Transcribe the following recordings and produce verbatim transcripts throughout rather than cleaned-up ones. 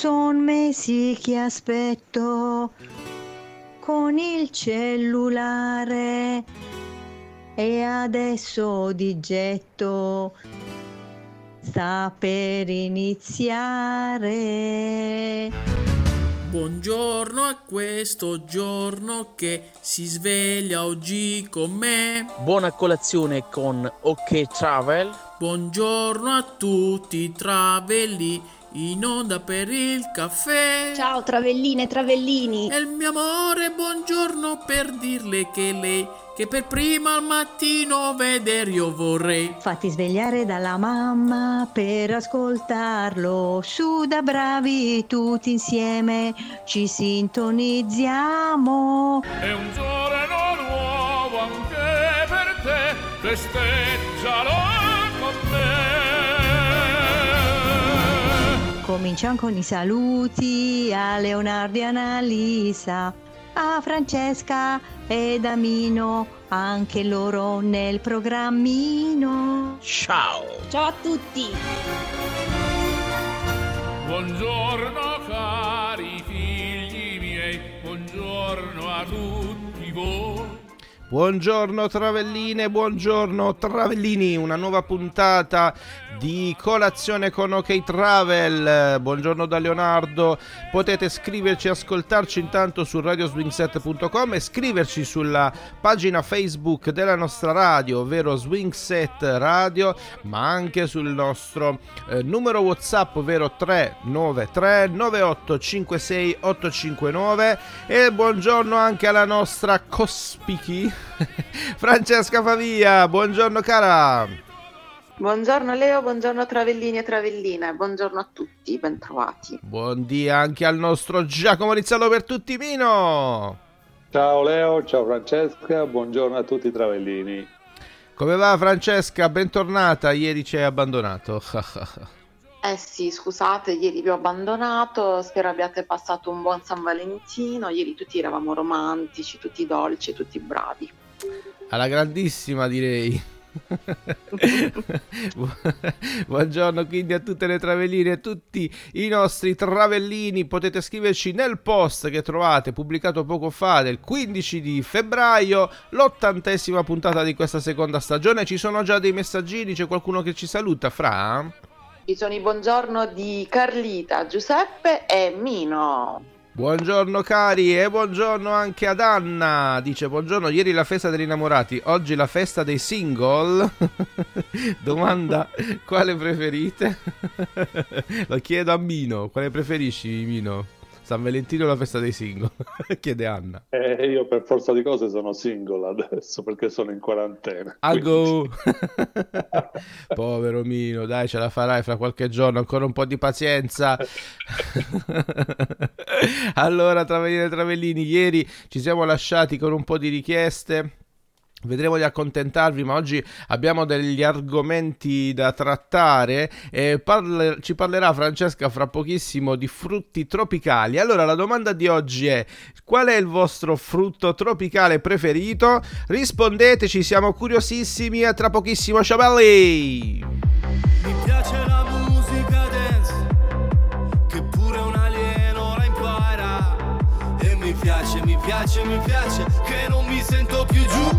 son mesi che aspetto con il cellulare e adesso di getto sta per iniziare. Buongiorno a questo giorno che si sveglia oggi con me. Buona colazione con OK Travel. Buongiorno a tutti i travelli in onda per il caffè. Ciao travelline e travellini. E il mio amore, buongiorno per dirle che lei che per prima al mattino veder io vorrei. Fatti svegliare dalla mamma per ascoltarlo, su da bravi tutti insieme ci sintonizziamo. È un giorno nuovo anche per te, festeggialo con me. Cominciamo con i saluti a Leonardo e Annalisa, a Francesca ed Amino, anche loro nel programmino. Ciao! Ciao a tutti! Buongiorno cari figli miei, buongiorno a tutti voi. Buongiorno travelline, buongiorno travellini, una nuova puntata di Colazione con OK Travel. Buongiorno da Leonardo, potete scriverci e ascoltarci intanto su radio swing set punto com e scriverci sulla pagina Facebook della nostra radio, ovvero Swing Set Radio, ma anche sul nostro eh, numero WhatsApp, ovvero tre nove tre nove otto cinque sei otto cinque nove. E buongiorno anche alla nostra cospichi Francesca Favia, buongiorno cara. Buongiorno Leo, buongiorno travellini e travelline, buongiorno a tutti, bentrovati. Buondì anche al nostro Giacomo Rizzalo per tutti Mino. Ciao Leo, ciao Francesca, buongiorno a tutti i travellini. Come va Francesca? Bentornata, ieri ci hai abbandonato. Eh sì, scusate, ieri vi ho abbandonato, spero abbiate passato un buon San Valentino, ieri tutti eravamo romantici, tutti dolci, tutti bravi. Alla grandissima direi. Buongiorno quindi a tutte le travelline e a tutti i nostri travellini. Potete scriverci nel post che trovate pubblicato poco fa del quindici di febbraio, l'ottantesima puntata di questa seconda stagione. Ci sono già dei messaggini, c'è qualcuno che ci saluta, Fra? Ci sono i buongiorno di Carlita, Giuseppe e Mino. Buongiorno cari e buongiorno anche ad Anna. Dice buongiorno, ieri la festa degli innamorati, oggi la festa dei single. Domanda, quale preferite? Lo chiedo a Mino, quale preferisci Mino? San Valentino o la festa dei single? Chiede Anna. Eh, io per forza di cose sono single adesso perché sono in quarantena. A go! Povero Mino, dai, ce la farai fra qualche giorno, ancora un po' di pazienza. Allora, travellini e travellini, ieri ci siamo lasciati con un po' di richieste. Vedremo di accontentarvi, ma oggi abbiamo degli argomenti da trattare e parle- ci parlerà Francesca fra pochissimo di frutti tropicali. Allora la domanda di oggi è: qual è il vostro frutto tropicale preferito? Rispondeteci, siamo curiosissimi. A tra pochissimo, ciao belli! Mi piace la musica dance, che pure un alieno la impara. E mi piace, mi piace, mi piace, che non mi sento più giù.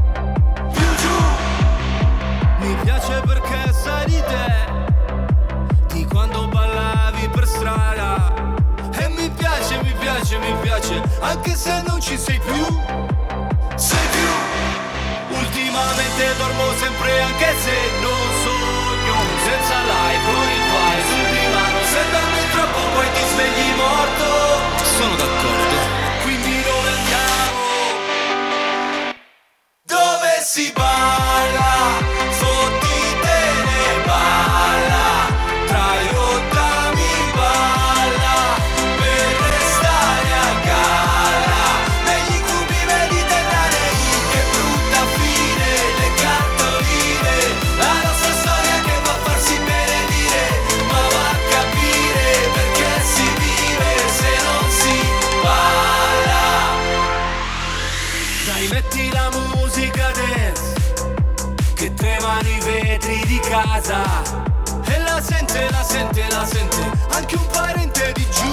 Mi piace perché sai di te, di quando ballavi per strada. E mi piace, mi piace, mi piace, anche se non ci sei più. Sei più. Ultimamente dormo sempre anche se non sogno, senza live con il file sul divano. Se dormi troppo poi ti svegli morto. Sono d'accordo. Quindi dove andiamo? Dove si balla? Casa e la sente, la sente, la sente anche un parente di giù.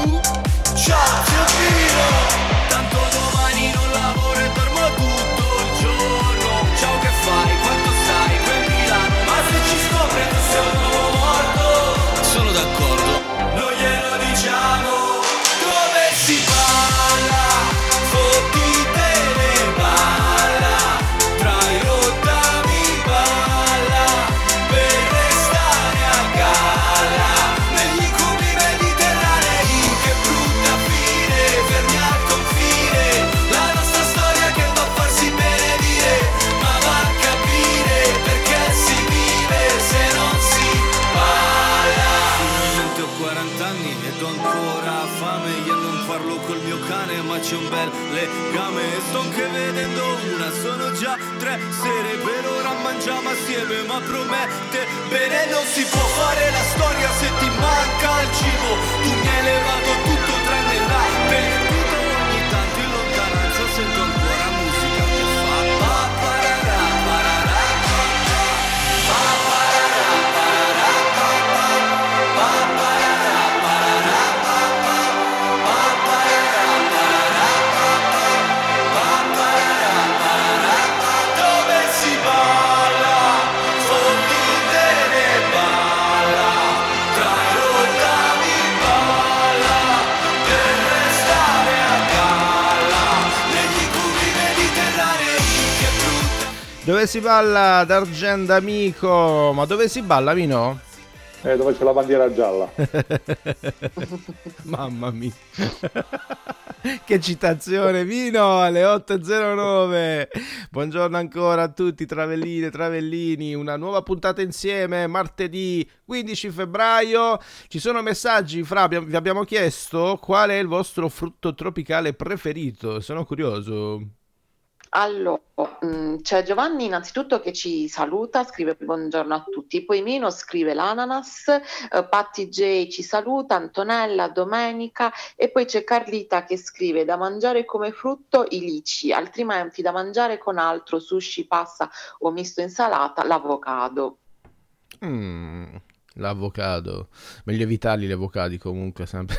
ciao zio Pino. Tanto domani non lavoro e dormo tutto il giorno. Ciao, che fai? Quanto stai? Qui a Milano. Ma se ci scopre tu sei un nuovo morto. Sono d'accordo, non glielo diciamo. Dove si balla, fottite le balla, tra i rottami balla, per restare a galla, negli incubi mediterranei. Che brutta fine, fermi al confine, la nostra storia che va a farsi benedire, ma va a capire perché si vive se non si balla. Finalmente ho quaranta anni ed ho ancora fame, io non parlo col mio cane ma c'è un bel legame. E sto anche vedendo una, sono già tre sere, per ora mangiamo assieme ma promette bene. Non si può fare la storia se ti manca il cibo, tu mi hai levato tutto tranne l'appetito. Ogni tanto in lontananza sento ancora musica che fa pa pararà pararà pa pararà pararà pa pa pararà pararà pa pa pararà pararà pa pararà pararà. Dove si balla, fottite ne balla, tra i rottami balla, per restare a galla, negli incubi mediterranei. Che brutta. Dove si balla d'Argent amico? Ma dove si balla, Mino? Eh, dove c'è la bandiera gialla. Mamma mia. Che citazione, Mino, alle otto e zero nove. Buongiorno ancora a tutti, Travelline, Travellini. Una nuova puntata insieme, martedì quindici febbraio. Ci sono messaggi, Fra, abbiamo- vi abbiamo chiesto qual è il vostro frutto tropicale preferito. Sono curioso. Allora, mm, c'è Giovanni innanzitutto che ci saluta, scrive buongiorno a tutti, poi Mino scrive l'ananas, eh, Patti J ci saluta, Antonella, Domenica, e poi c'è Carlita che scrive da mangiare come frutto i lici, altrimenti da mangiare con altro, sushi, pasta o misto insalata, l'avocado. Mm, l'avocado. Meglio evitarli gli avocati comunque sempre.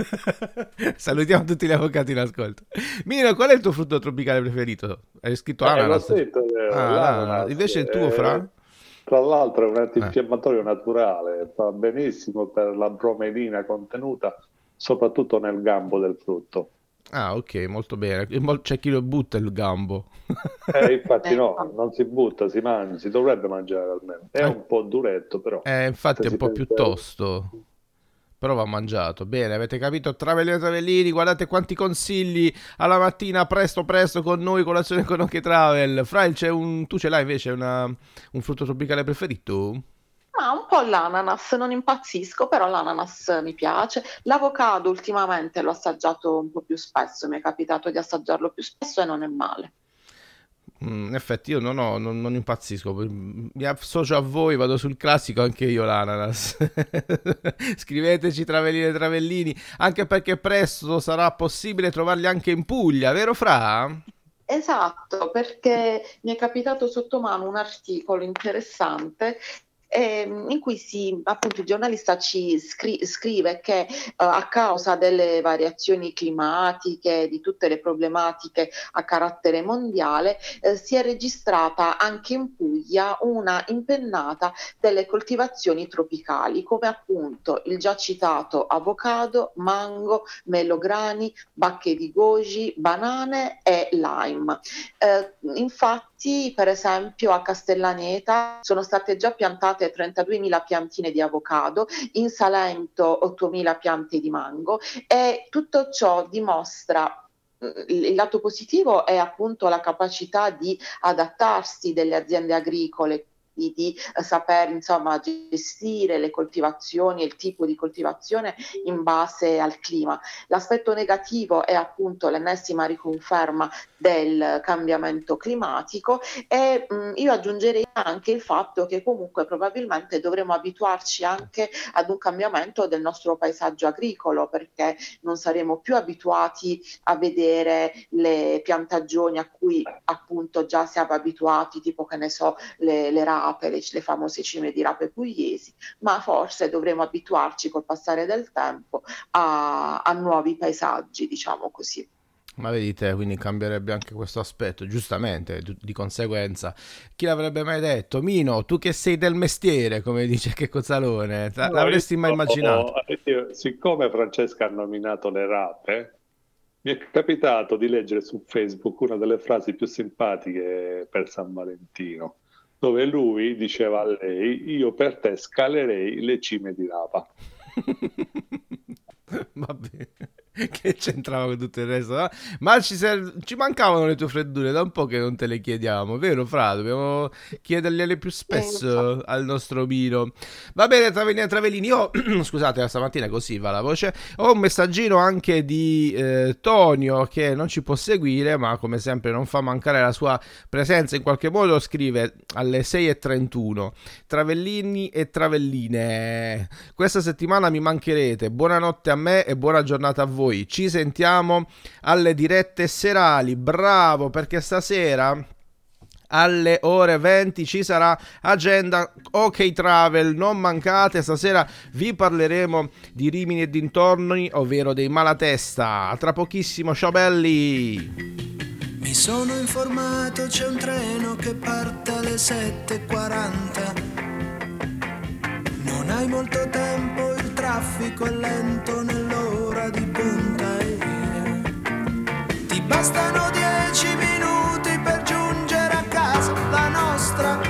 Salutiamo tutti gli avvocati in ascolto. Mino, qual è il tuo frutto tropicale preferito? Hai scritto Eh, l'ho ananas. detto, eh, Ah, l'ananas, l'ananas. Invece il tuo, eh, Fra? Tra l'altro è un Eh. antinfiammatorio naturale, fa benissimo per la bromelina contenuta, soprattutto nel gambo del frutto. Ah, ok, molto bene. E mol- C'è chi lo butta il gambo. Eh, infatti Eh, no, non si butta, si mangia, si dovrebbe mangiare almeno. È Eh. un po' duretto però. Eh, infatti Se è un si po' più pensa- tosto. Però va mangiato. Bene, avete capito? Travellini e Travellini, guardate quanti consigli alla mattina, presto presto con noi, colazione con OK Travel. Fra, c'è un... tu ce l'hai invece una... un frutto tropicale preferito? Ah, un po' l'ananas, non impazzisco, però l'ananas mi piace. L'avocado ultimamente l'ho assaggiato un po' più spesso, mi è capitato di assaggiarlo più spesso e non è male. Mm, in effetti io non, ho, non, non impazzisco, mi associo a voi, vado sul classico anche io l'ananas. Scriveteci Travellini e Travellini, anche perché presto sarà possibile trovarli anche in Puglia, vero Fra? Esatto, perché mi è capitato sotto mano un articolo interessante ehm, in cui si, appunto, il giornalista ci scri- scrive che eh, a causa delle variazioni climatiche, di tutte le problematiche a carattere mondiale, eh, si è registrata anche in Puglia una impennata delle coltivazioni tropicali, come appunto il già citato avocado, mango, melograni, bacche di goji, banane e lime. Eh, infatti, per esempio, a Castellaneta sono state già piantate trentaduemila piantine di avocado, in Salento ottomila piante di mango, e tutto ciò dimostra il lato positivo è appunto la capacità di adattarsi delle aziende agricole, di, di eh, saper insomma gestire le coltivazioni e il tipo di coltivazione in base al clima. L'aspetto negativo è appunto l'ennesima riconferma del cambiamento climatico e mh, io aggiungerei anche il fatto che comunque probabilmente dovremo abituarci anche ad un cambiamento del nostro paesaggio agricolo, perché non saremo più abituati a vedere le piantagioni a cui appunto già siamo abituati, tipo che ne so le, le rape rape, le, le famose cime di rape pugliesi, ma forse dovremo abituarci col passare del tempo a, a nuovi paesaggi, diciamo così. Ma vedi te, quindi cambierebbe anche questo aspetto, giustamente, di conseguenza. Chi l'avrebbe mai detto? Mino, tu che sei del mestiere, come dice Checco Zalone, no, l'avresti mai immaginato? Io, siccome Francesca ha nominato le rape, mi è capitato di leggere su Facebook una delle frasi più simpatiche per San Valentino, dove lui diceva a lei: io per te scalerei le cime di rapa. Va bene, che c'entrava con tutto il resto, no? Ma ci, serv- ci mancavano le tue freddure, da un po' che non te le chiediamo, vero Fra? Dobbiamo chiedergliele più spesso al nostro Mino. Va bene, Travellini e Travellini, io scusate, stamattina così va la voce, ho un messaggino anche di eh, Tonio, che non ci può seguire, ma come sempre non fa mancare la sua presenza, in qualche modo scrive alle sei e trentuno: Travellini e Travelline, questa settimana mi mancherete, buonanotte a me e buona giornata a voi, ci sentiamo alle dirette serali. Bravo, perché stasera alle ore venti ci sarà agenda OK Travel, non mancate, stasera vi parleremo di Rimini e dintorni, ovvero dei Malatesta. Tra pochissimo, ciao belli. Mi sono informato, c'è un treno che parte alle sette e quaranta. Non hai molto tempo, il traffico è lento nell'ora di punta e ti bastano dieci minuti per giungere a casa, la nostra.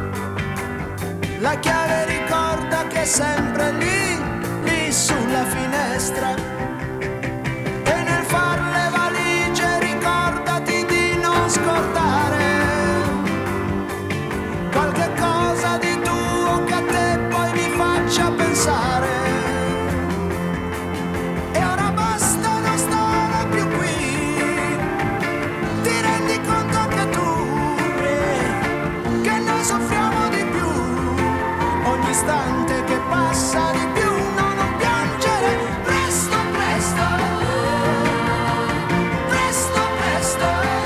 La chiave ricorda che è sempre lì, lì sulla finestra. E nel far le valigie ricordati di non scordare qualche cosa di tuo che a te poi mi faccia pensare. E ora basta, non stare più qui, ti rendi conto che tu eh, che noi soffriamo di più, ogni istante che passa di più. No, non piangere, presto, presto, presto, presto,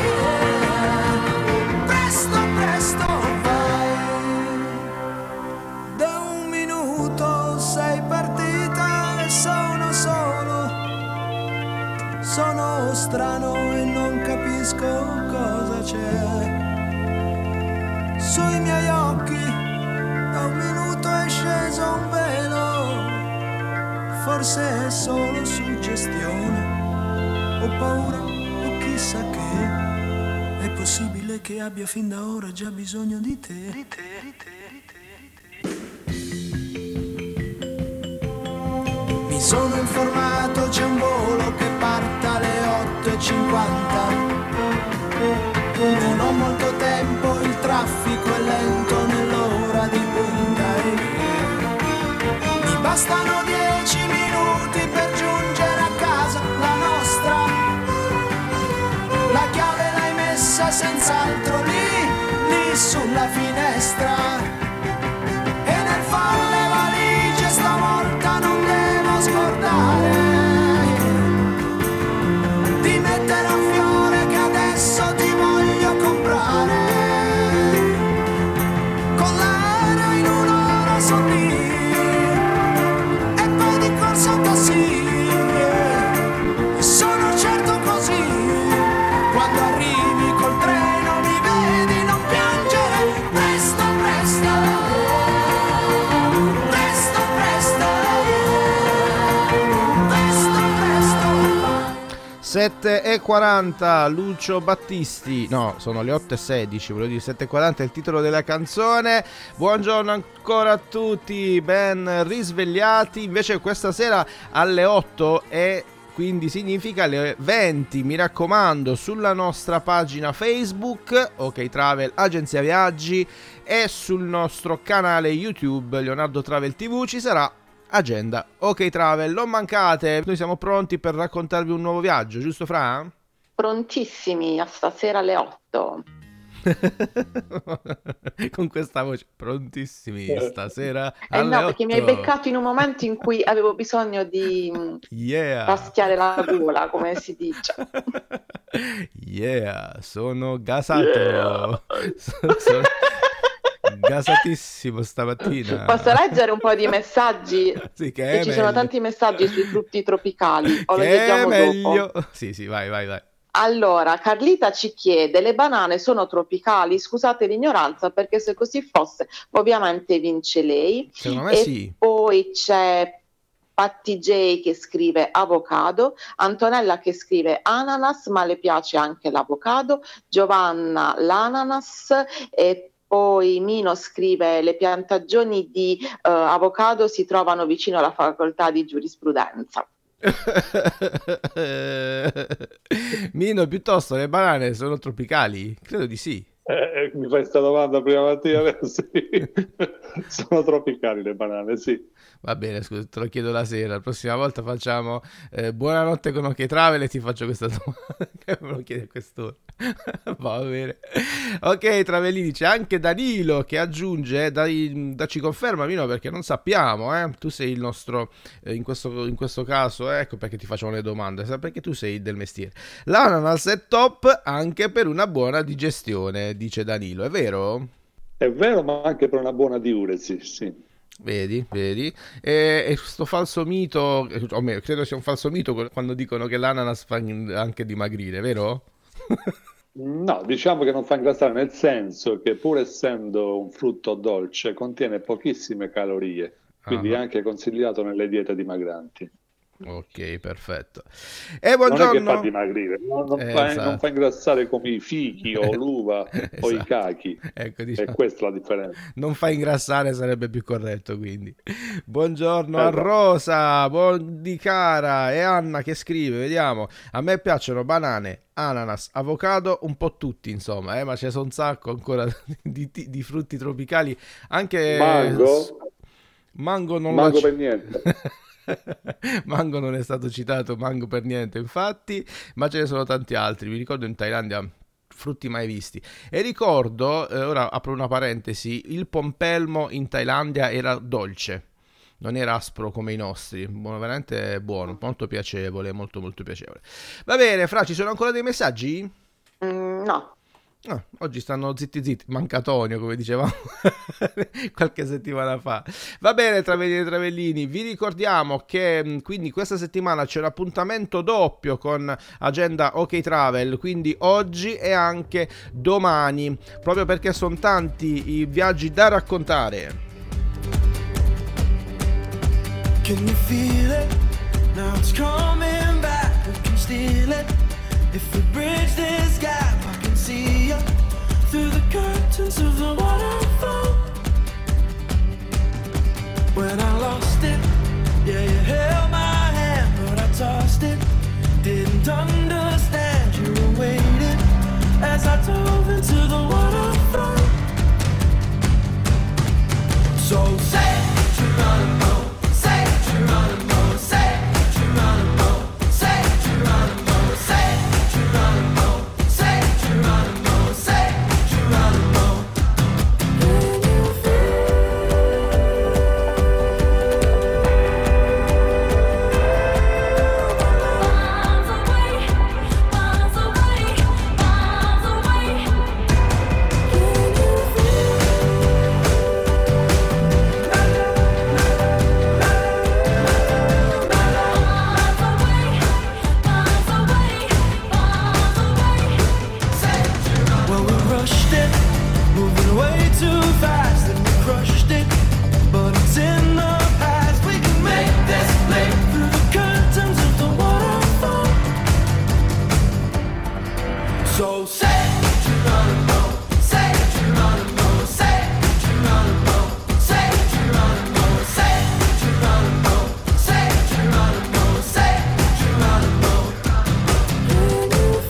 presto, presto, vai. Da un minuto sei partita e sono solo, sono strano e non capisco cosa c'è sui miei occhi. Da un minuto è sceso un velo, forse è solo suggestione, ho paura o chissà che. È possibile che abbia fin da ora già bisogno di te, di te, di te, di te, di te. Mi sono informato, c'è un volo che parte alle otto e cinquanta. Non ho molto tempo, il traffico è lento nell'ora di punta e mi bastano dieci minuti per giungere a casa, la nostra. La chiave l'hai messa senz'altro lì, lì sulla finestra. E nel fare le valigie stavolta non devo scordare di mettere un fiore che adesso ti voglio comprare. Con l'aereo in un'ora son lì e poi di corsa un taxi. Sono certo così, quando arrivi col treno mi vedi, non piangere, presto, presto, presto, presto, presto, presto. sette e quaranta, Lucio Battisti, no, sono le otto e sedici, volevo dire sette e quaranta è il titolo della canzone. Buongiorno ancora a tutti, ben risvegliati. Invece questa sera alle otto, e quindi significa le venti, mi raccomando, sulla nostra pagina Facebook OK Travel Agenzia Viaggi e sul nostro canale YouTube Leonardo Travel tivù ci sarà agenda OK Travel, non mancate, noi siamo pronti per raccontarvi un nuovo viaggio, giusto Fra? Prontissimi, a stasera alle otto. Con questa voce, prontissimi stasera eh alle no, perché otto. mi hai beccato in un momento in cui avevo bisogno di yeah. raschiare la gola, come si dice. Yeah, sono gasato. Yeah. sono, sono gasatissimo stamattina. Posso leggere un po' di messaggi? Sì, che, che è ci meglio. sono tanti messaggi sui frutti tropicali. O lo Che leggiamo è meglio. dopo? Sì, sì, vai, vai, vai. Allora, Carlita ci chiede: le banane sono tropicali? Scusate l'ignoranza, perché se così fosse, ovviamente vince lei. Secondo me e sì. poi c'è Patti J che scrive avocado, Antonella che scrive ananas, ma le piace anche l'avocado, Giovanna l'ananas, e poi Mino scrive: le piantagioni di uh, avocado si trovano vicino alla facoltà di giurisprudenza. Mino, piuttosto le banane sono tropicali? Credo di sì. Eh, mi fai questa domanda prima mattina? Sì. Sono tropicali le banane, sì. Va bene, scusa, te lo chiedo la sera. La prossima volta facciamo eh, buonanotte con OK Travel e ti faccio questa domanda che me lo chiedi a quest'ora. Va bene. Ok, Travellini, c'è anche Danilo che aggiunge, dai, da ci conferma Mino, perché non sappiamo, eh? Tu sei il nostro, eh, in, questo, in questo caso, eh, ecco perché ti facciamo le domande, perché tu sei del mestiere. L'ananas è top anche per una buona digestione, dice Danilo, è vero? È vero, ma anche per una buona diuresi, sì. Vedi, vedi, e, e questo falso mito, o meglio, credo sia un falso mito quando dicono che l'ananas fa anche dimagrire, vero? No, diciamo che non fa ingrassare, nel senso che pur essendo un frutto dolce contiene pochissime calorie, quindi Ah. è anche consigliato nelle diete dimagranti. Ok, perfetto. E buongiorno. Non è che fa dimagrire, non, non, Eh, fa, esatto. non fa ingrassare come i fichi o l'uva o i Esatto. cachi. Ecco, E diciamo, questa è la differenza. non fa ingrassare sarebbe più corretto, quindi. Buongiorno a Esatto. Rosa, buon di cara, e Anna che scrive, vediamo. A me piacciono banane, ananas, avocado, un po' tutti, insomma, eh, ma ce ne sono un sacco ancora di, di- di frutti tropicali, anche Mango? Mango non Mango lo per niente. Mango non è stato citato, mango per niente, infatti, ma ce ne sono tanti altri. Mi ricordo in Thailandia frutti mai visti. E ricordo, eh, ora apro una parentesi, il pompelmo in Thailandia era dolce, non era aspro come i nostri, buono, veramente buono, molto piacevole, molto molto piacevole. Va bene, Fra, ci sono ancora dei messaggi? Mm, no. Ah, oggi stanno zitti zitti, manca Tonio come dicevamo qualche settimana fa. Va bene, Travellini e Travellini, vi ricordiamo che mh, quindi questa settimana c'è un appuntamento doppio con Agenda OK Travel, quindi oggi e anche domani, proprio perché sono tanti i viaggi da raccontare. Can you feel it? Now it's coming back. We can steal it. If we bridge this gap, I can see you through the curtains of the waterfall. When I lost it, yeah, you held my hand, but I tossed it. Didn't understand you were waiting as I dove into the waterfall. So say Geronimo, say Geronimo, say Geronimo, say Geronimo, say Geronimo, say Geronimo, say Geronimo. Can you Well, we rushed it, moving way too fast, and we crushed it, but it's in the past. We can make this leap through the curtains of the waterfall. So say Geronimo, say Geronimo, say Geronimo, say Geronimo, say Geronimo, say Geronimo, say Geronimo. Can you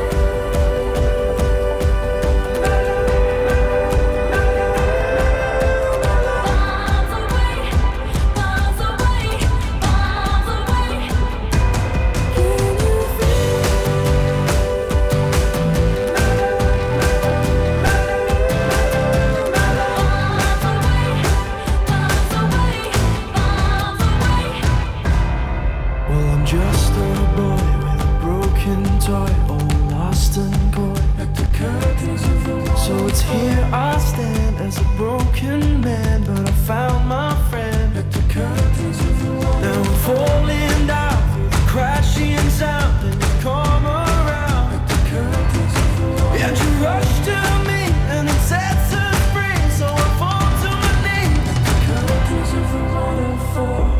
Well, I'm just a boy with a broken toy, all lost and coy. At the curtains of the wall. So So it's here I stand as a broken man, but I found my friend at the curtains of the wall. Now I'm falling down through the crashing sound, and you come around at the curtains of the wall. And you rush to me and it sets us free, so I fall to my knees at the curtains of the waterfall.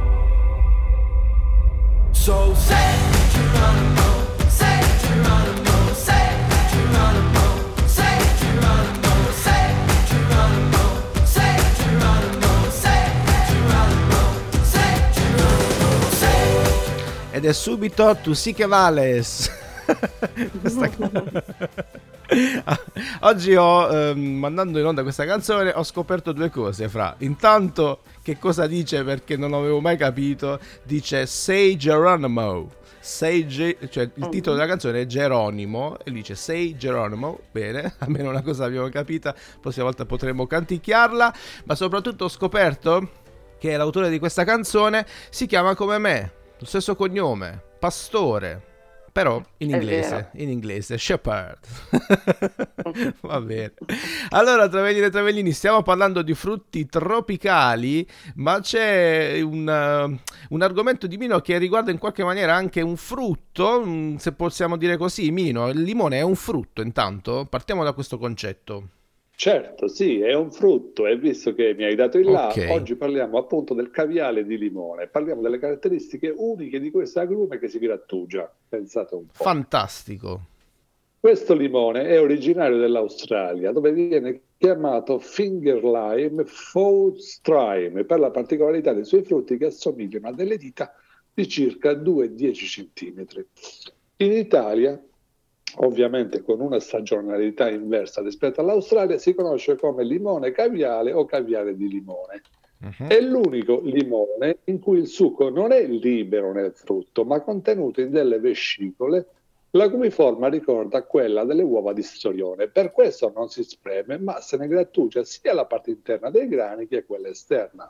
So say Geronimo, say Geronimo, say Geronimo, say Geronimo, say Geronimo, say Geronimo, say Geronimo, say Geronimo, say. Ed è subito Tu sì che vales. Questa... Oggi ho, ehm, mandando in onda questa canzone, ho scoperto due cose, Fra. Intanto, che cosa dice, perché non avevo mai capito, dice Say Geronimo. Say Ge- cioè il titolo della canzone è Geronimo e dice Say Geronimo. Bene, almeno una cosa abbiamo capita, la prossima volta potremo canticchiarla. Ma soprattutto ho scoperto che l'autore di questa canzone si chiama come me, lo stesso cognome, Pastore. Però in inglese, in inglese, Shepherd. Va bene. Allora, Travellini e Travellini, stiamo parlando di frutti tropicali, ma c'è un, uh, un argomento di Mino che riguarda in qualche maniera anche un frutto, se possiamo dire così. Mino, il limone è un frutto, intanto? Partiamo da questo concetto. Certo, sì, è un frutto, e visto che mi hai dato il là, Ok. oggi parliamo appunto del caviale di limone, parliamo delle caratteristiche uniche di questo agrume che si grattugia. Pensate un po'. Fantastico. Questo limone è originario dell'Australia, dove viene chiamato finger lime faustrime per la particolarità dei suoi frutti che assomigliano a delle dita di circa due virgola dieci centimetri. In Italia, ovviamente con una stagionalità inversa rispetto all'Australia, si conosce come limone caviale o caviale di limone. Uh-huh. È l'unico limone in cui il succo non è libero nel frutto, ma contenuto in delle vescicole, la cui forma ricorda quella delle uova di storione. Per questo non si spreme, ma se ne grattugia sia la parte interna dei grani che quella esterna.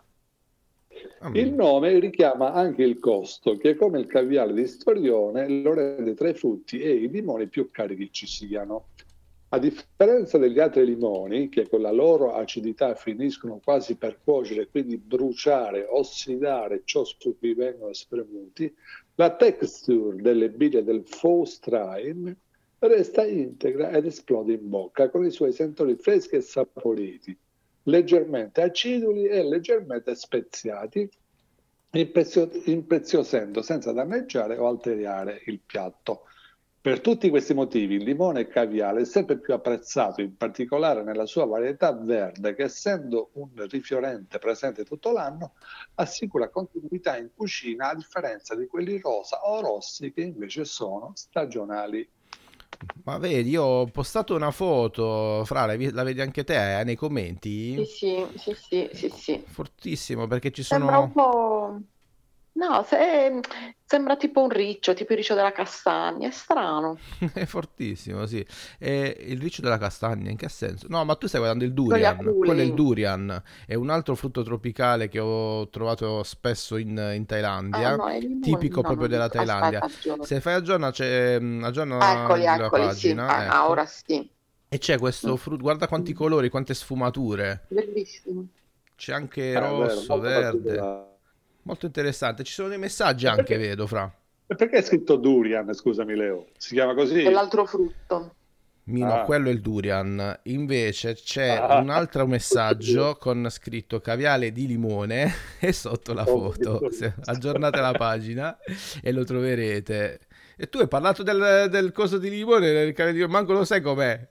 Il nome richiama anche il costo, che come il caviale di storione lo rende tra i frutti e i limoni più cari che ci siano. A differenza degli altri limoni, che con la loro acidità finiscono quasi per cuocere, quindi bruciare, ossidare ciò su cui vengono spremuti, la texture delle biglie del faustrime resta integra ed esplode in bocca con i suoi sentori freschi e saporiti, leggermente aciduli e leggermente speziati, imprezio- impreziosendo senza danneggiare o alterare il piatto. Per tutti questi motivi il limone caviale è sempre più apprezzato, in particolare nella sua varietà verde, che essendo un rifiorente presente tutto l'anno assicura continuità in cucina, a differenza di quelli rosa o rossi che invece sono stagionali. Ma vedi, io ho postato una foto, Fra, la vi- la vedi anche te, eh, nei commenti? Sì, sì, sì, sì, sì, sì. Fortissimo, perché ci Sembra un sono... po'... No, se- sembra tipo un riccio, tipo il riccio della castagna, è strano. È fortissimo, sì. E il riccio della castagna, in che senso? No, ma tu stai guardando il Con gli durian. aculi. Quello è il durian. È un altro frutto tropicale che ho trovato spesso in, in Thailandia. Ah, no, è il limone. Tipico No, proprio non della dico- aspetta, Thailandia. aggiorno. Se fai aggiorna, c'è, mm, aggiorna Eccoli, la eccoli, sì. pagina. Ah, ecco. ora sì. E c'è questo frutto, guarda quanti colori, quante sfumature. Bellissimo. C'è anche Eh, vero, rosso, molto verde. particolare. Molto interessante. Ci sono dei messaggi anche, vedo, Fra. E perché è scritto durian, scusami Leo? Si chiama così? È l'altro frutto. Mino, Ah. quello è il durian. Invece c'è Ah. un altro messaggio con scritto caviale di limone e sotto la Oh, foto. che Se- aggiornate la pagina e lo troverete. E tu hai parlato del, del coso di limone, del caviale di limone, manco lo sai com'è.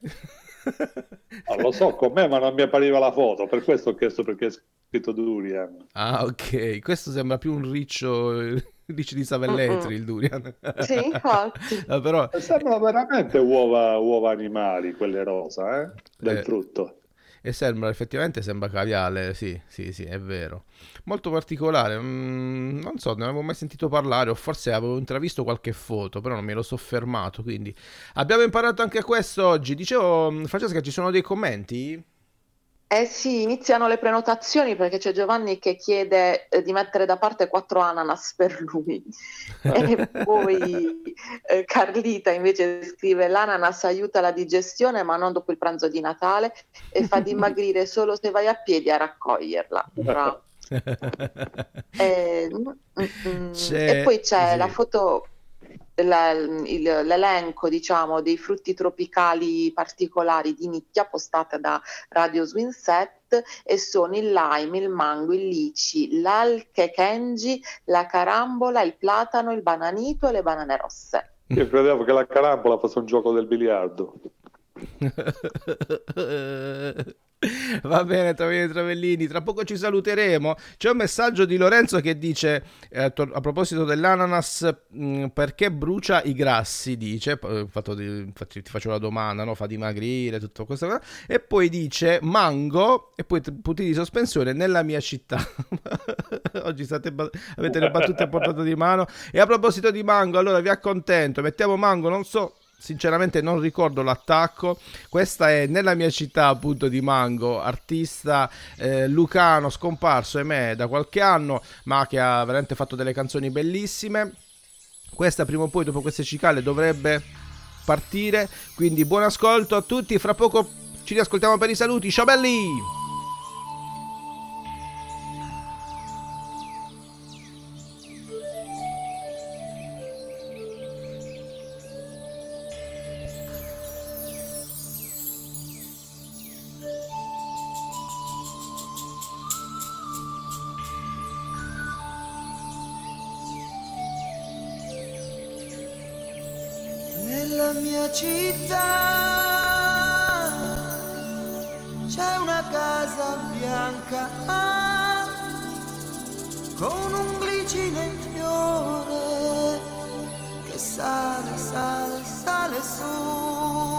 Non lo so com'è, ma non mi appariva la foto, per questo ho chiesto perché è scritto durian. Ah, ok. Questo sembra più un riccio, il riccio di Savelletri, il durian. Sì, infatti. No, però Sembrano veramente uova, uova animali, quelle rosa, eh? Del Eh. frutto. e sembra, effettivamente sembra caviale, sì, sì, sì, è vero. Molto particolare, mm, non so, non avevo mai sentito parlare, o forse avevo intravisto qualche foto, però non mi ero soffermato, quindi abbiamo imparato anche questo oggi. Dicevo, mm, Francesca, ci sono dei commenti? Eh sì, iniziano le prenotazioni perché c'è Giovanni che chiede eh, di mettere da parte quattro ananas per lui. E poi eh, Carlita invece scrive: l'ananas aiuta la digestione ma non dopo il pranzo di Natale e fa dimagrire solo se vai a piedi a raccoglierla. Bravo. Eh, mm, mm, C'è- e poi c'è sì. la foto, la- il- l'elenco, diciamo, dei frutti tropicali particolari di nicchia postata da Radio Swinset, e sono il lime, il mango, il lici, l'alkekenji, la carambola, il platano, il bananito e le banane rosse. Io credevo che la carambola fosse un gioco del biliardo. Va bene, Travellini e Travellini, tra poco ci saluteremo. C'è un messaggio di Lorenzo che dice eh, to- a proposito dell'ananas, mh, perché brucia i grassi, dice, p- fatto di- infatti ti faccio la domanda, no? Fa dimagrire, tutto questo, e poi dice mango e poi t- punti di sospensione nella mia città. Oggi state ba- avete le battute a portata di mano. E a proposito di mango, allora vi accontento, mettiamo mango, non so, sinceramente non ricordo l'attacco. Questa è Nella mia città, appunto, di Mango, artista eh, lucano scomparso, ahimè, da qualche anno, ma che ha veramente fatto delle canzoni bellissime. Questa prima o poi, dopo queste cicale, dovrebbe partire, quindi buon ascolto a tutti. Fra poco ci riascoltiamo per i saluti. Ciao belli! Nella mia città c'è una casa bianca con un glicine in fiore che sale, sale, sale su.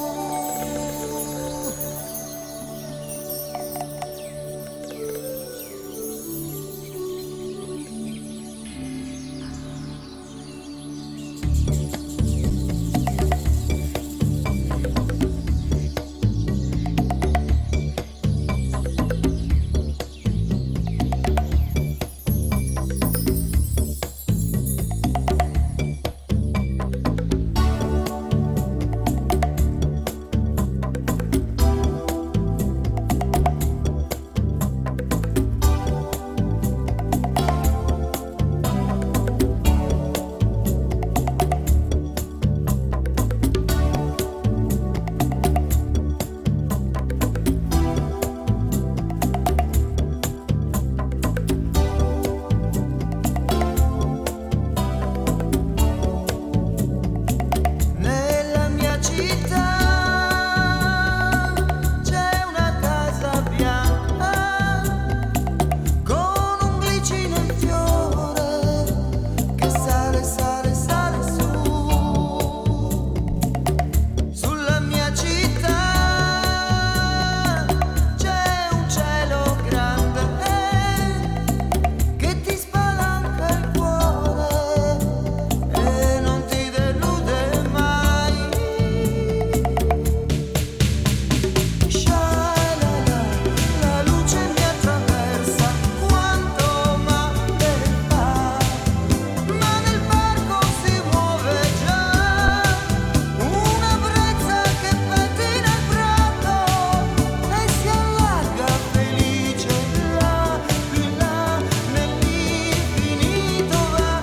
Nella mia città c'è una casa bianca con un glicine in fiore che sale, sale, sale su. Sulla mia città c'è un cielo grande che ti spalanca il cuore e non ti delude mai. Sha-la-la, la luce mi attraversa, quanto male fa, ma nel parco si muove già una brezza che pettina il prato e si allarga felice là, là, nell'infinito va.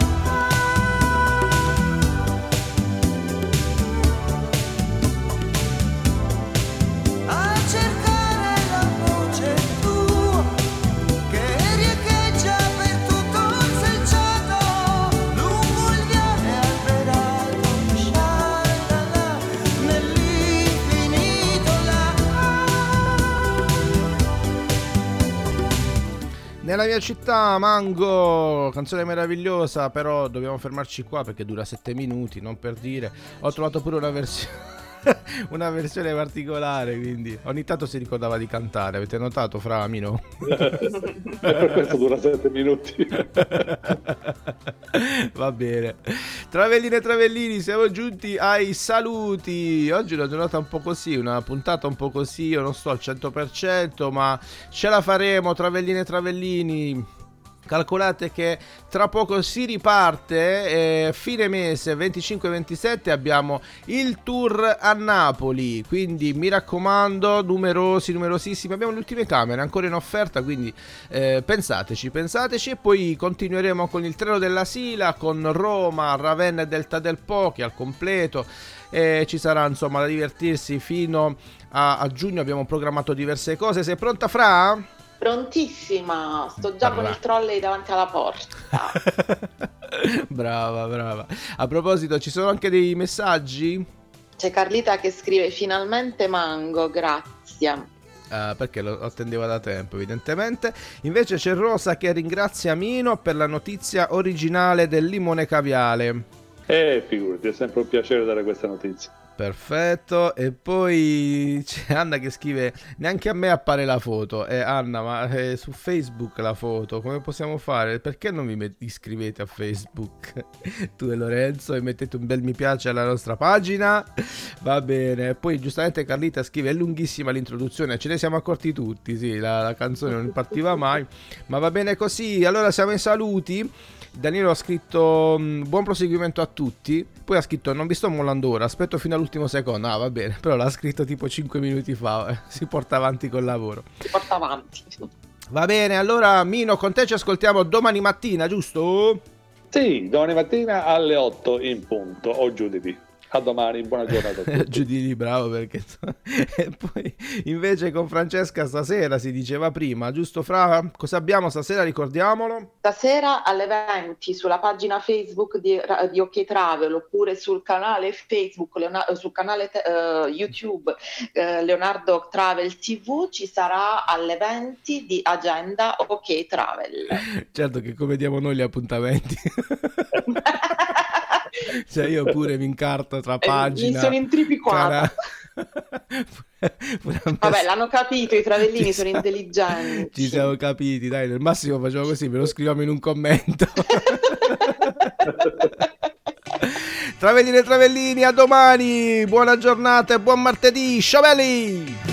A cercare la voce tua che riecheggia per tutto il selciato lungo il viale alberato. Sha-la-la, nell'infinito là. Nella mia città, Mango, canzone meravigliosa, però dobbiamo fermarci qua perché dura sette minuti, non per dire. Ho trovato pure una versione una versione particolare, quindi ogni tanto si ricordava di cantare, avete notato, Fra Mino? Per questo dura sette minuti. Va bene, Travelline e Travellini, siamo giunti ai saluti. Oggi è una giornata un po' così, una puntata un po' così, io non sto al cento per cento, ma ce la faremo, Travelline e Travellini. Calcolate che tra poco si riparte, eh, fine mese venticinque ventisette abbiamo il tour a Napoli, quindi mi raccomando, numerosi, numerosissimi, abbiamo le ultime camere ancora in offerta, quindi eh, pensateci, pensateci, e poi continueremo con il treno della Sila, con Roma, Ravenna e Delta del Po che al completo, e ci sarà insomma da divertirsi fino a, a giugno, abbiamo programmato diverse cose. Sei pronta, Fra? Prontissima, sto già con il trolley davanti alla porta. Brava, brava. A proposito, ci sono anche dei messaggi? C'è Carlita che scrive: finalmente mango, grazie. Uh, perché lo attendeva da tempo, evidentemente. Invece c'è Rosa che ringrazia Mino per la notizia originale del limone caviale. Eh, figurati, è sempre un piacere dare questa notizia. Perfetto. E poi c'è Anna che scrive: neanche a me appare la foto. E eh, Anna, ma è su Facebook la foto, come possiamo fare? Perché non vi met- iscrivete a Facebook tu e Lorenzo e mettete un bel mi piace alla nostra pagina? Va bene. Poi giustamente Carlita scrive: è lunghissima l'introduzione, ce ne siamo accorti tutti, sì, la, la canzone non partiva mai, ma va bene così. Allora siamo ai saluti. Danilo ha scritto buon proseguimento a tutti, poi ha scritto non vi sto mollando ora, aspetto fino all'ultimo secondo. Ah, va bene, però l'ha scritto tipo cinque minuti fa, eh. Si porta avanti col lavoro, si porta avanti. Va bene, allora Mino, con te ci ascoltiamo domani mattina, giusto? Sì, domani mattina alle otto in punto, o giù di lì. A domani, buona giornata a tutti. Giù di lì, bravo, perché e poi invece con Francesca stasera si diceva prima, giusto Fra? Cosa abbiamo stasera, ricordiamolo? Stasera alle venti sulla pagina Facebook di, di OK Travel, oppure sul canale Facebook, Leonardo, sul canale uh, YouTube uh, Leonardo Travel tivù ci sarà alle venti di agenda OK Travel. Certo che come diamo noi gli appuntamenti. Cioè io pure mi incarto tra pagina, mi sono intripiquata. Vabbè, l'hanno capito i travellini, ci sono intelligenti. Ci siamo capiti, dai, nel massimo facciamo così, ve lo scriviamo in un commento. Travellini e Travellini, a domani, buona giornata e buon martedì, sciavelli!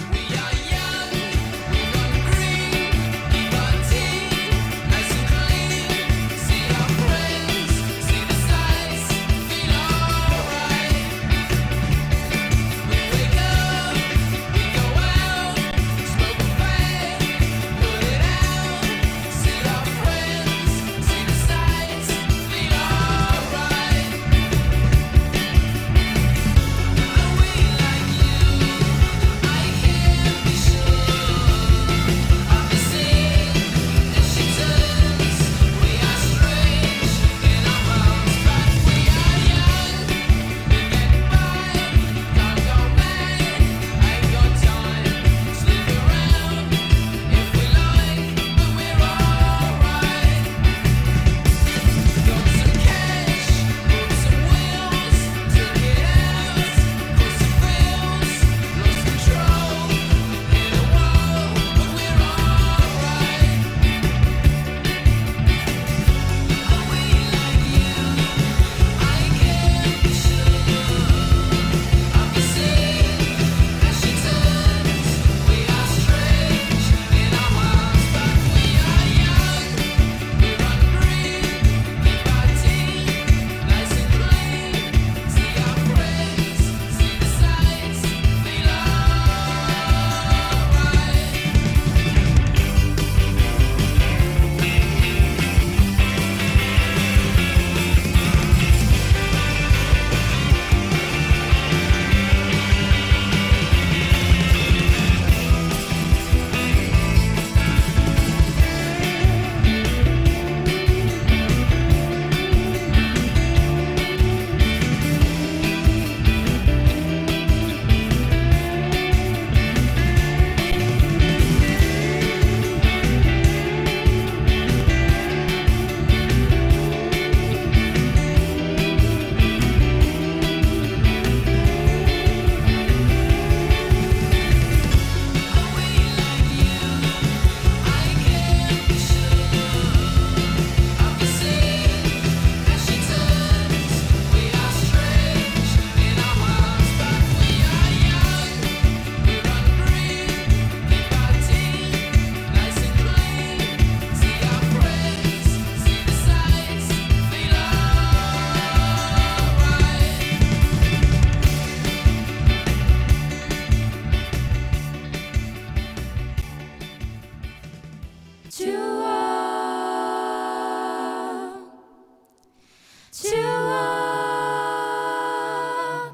I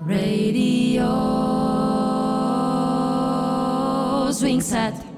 Radio Swing Set.